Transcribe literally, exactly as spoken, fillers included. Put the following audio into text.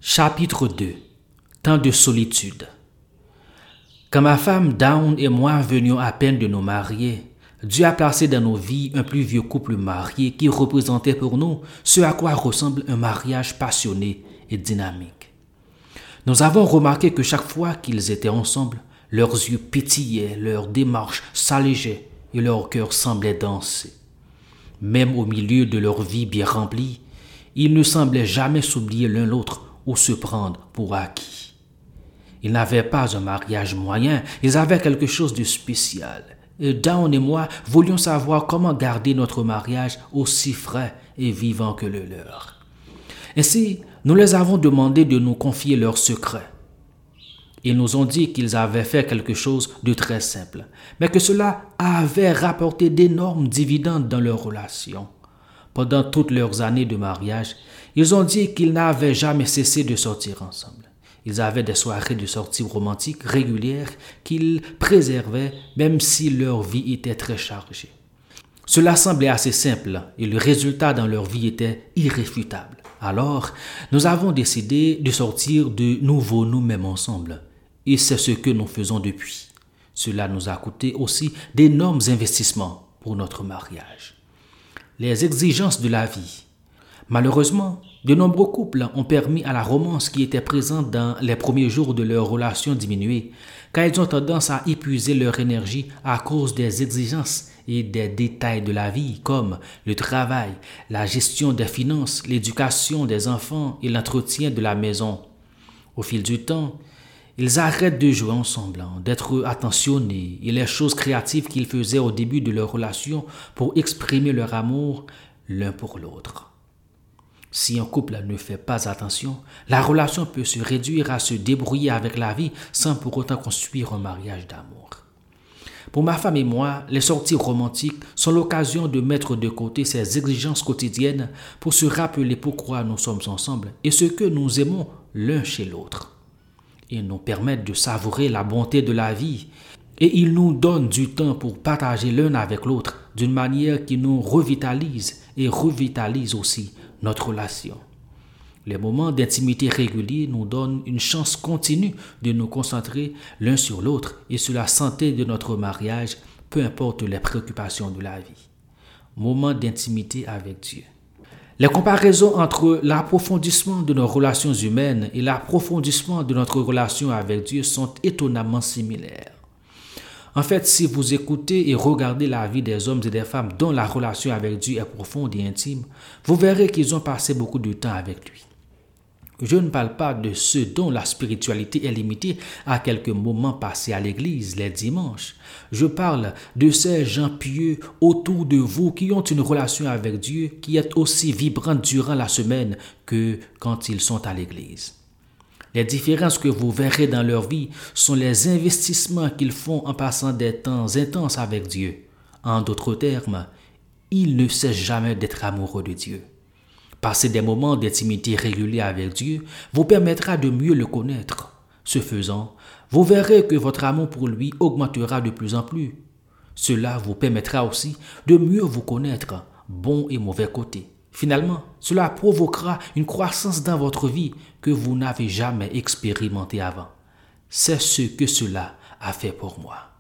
Chapitre deux. Temps de solitude. Quand ma femme Dawn et moi venions à peine de nous marier, Dieu a placé dans nos vies un plus vieux couple marié qui représentait pour nous ce à quoi ressemble un mariage passionné et dynamique. Nous avons remarqué que chaque fois qu'ils étaient ensemble, leurs yeux pétillaient, leur démarche s'allégeait et leur cœur semblait danser. Même au milieu de leur vie bien remplie, ils ne semblaient jamais s'oublier l'un l'autre ou se prendre pour acquis. Ils n'avaient pas un mariage moyen, ils avaient quelque chose de spécial. Et Dawn et moi voulions savoir comment garder notre mariage aussi frais et vivant que le leur. Ainsi, nous les avons demandé de nous confier leurs secrets. Ils nous ont dit qu'ils avaient fait quelque chose de très simple, mais que cela avait rapporté d'énormes dividendes dans leur relation. Pendant toutes leurs années de mariage, ils ont dit qu'ils n'avaient jamais cessé de sortir ensemble. Ils avaient des soirées de sortie romantiques régulières qu'ils préservaient même si leur vie était très chargée. Cela semblait assez simple et le résultat dans leur vie était irréfutable. Alors, nous avons décidé de sortir de nouveau nous-mêmes ensemble. Et c'est ce que nous faisons depuis. Cela nous a coûté aussi d'énormes investissements pour notre mariage. Les exigences de la vie. Malheureusement, de nombreux couples ont permis à la romance qui était présente dans les premiers jours de leur relation diminuer, car ils ont tendance à épuiser leur énergie à cause des exigences et des détails de la vie comme le travail, la gestion des finances, l'éducation des enfants et l'entretien de la maison. Au fil du temps, ils arrêtent de jouer ensemble, d'être attentionnés et les choses créatives qu'ils faisaient au début de leur relation pour exprimer leur amour l'un pour l'autre. Si un couple ne fait pas attention, la relation peut se réduire à se débrouiller avec la vie sans pour autant construire un mariage d'amour. Pour ma femme et moi, les sorties romantiques sont l'occasion de mettre de côté ces exigences quotidiennes pour se rappeler pourquoi nous sommes ensemble et ce que nous aimons l'un chez l'autre. Ils nous permettent de savourer la bonté de la vie et ils nous donnent du temps pour partager l'un avec l'autre d'une manière qui nous revitalise et revitalise aussi notre relation. Les moments d'intimité réguliers nous donnent une chance continue de nous concentrer l'un sur l'autre et sur la santé de notre mariage, peu importe les préoccupations de la vie. Moments d'intimité avec Dieu. Les comparaisons entre l'approfondissement de nos relations humaines et l'approfondissement de notre relation avec Dieu sont étonnamment similaires. En fait, si vous écoutez et regardez la vie des hommes et des femmes dont la relation avec Dieu est profonde et intime, vous verrez qu'ils ont passé beaucoup de temps avec lui. Je ne parle pas de ceux dont la spiritualité est limitée à quelques moments passés à l'église les dimanches. Je parle de ces gens pieux autour de vous qui ont une relation avec Dieu qui est aussi vibrante durant la semaine que quand ils sont à l'église. Les différences que vous verrez dans leur vie sont les investissements qu'ils font en passant des temps intenses avec Dieu. En d'autres termes, ils ne cessent jamais d'être amoureux de Dieu. Passer des moments d'intimité réguliers avec Dieu vous permettra de mieux le connaître. Ce faisant, vous verrez que votre amour pour lui augmentera de plus en plus. Cela vous permettra aussi de mieux vous connaître, bons et mauvais côtés. Finalement, cela provoquera une croissance dans votre vie que vous n'avez jamais expérimentée avant. C'est ce que cela a fait pour moi.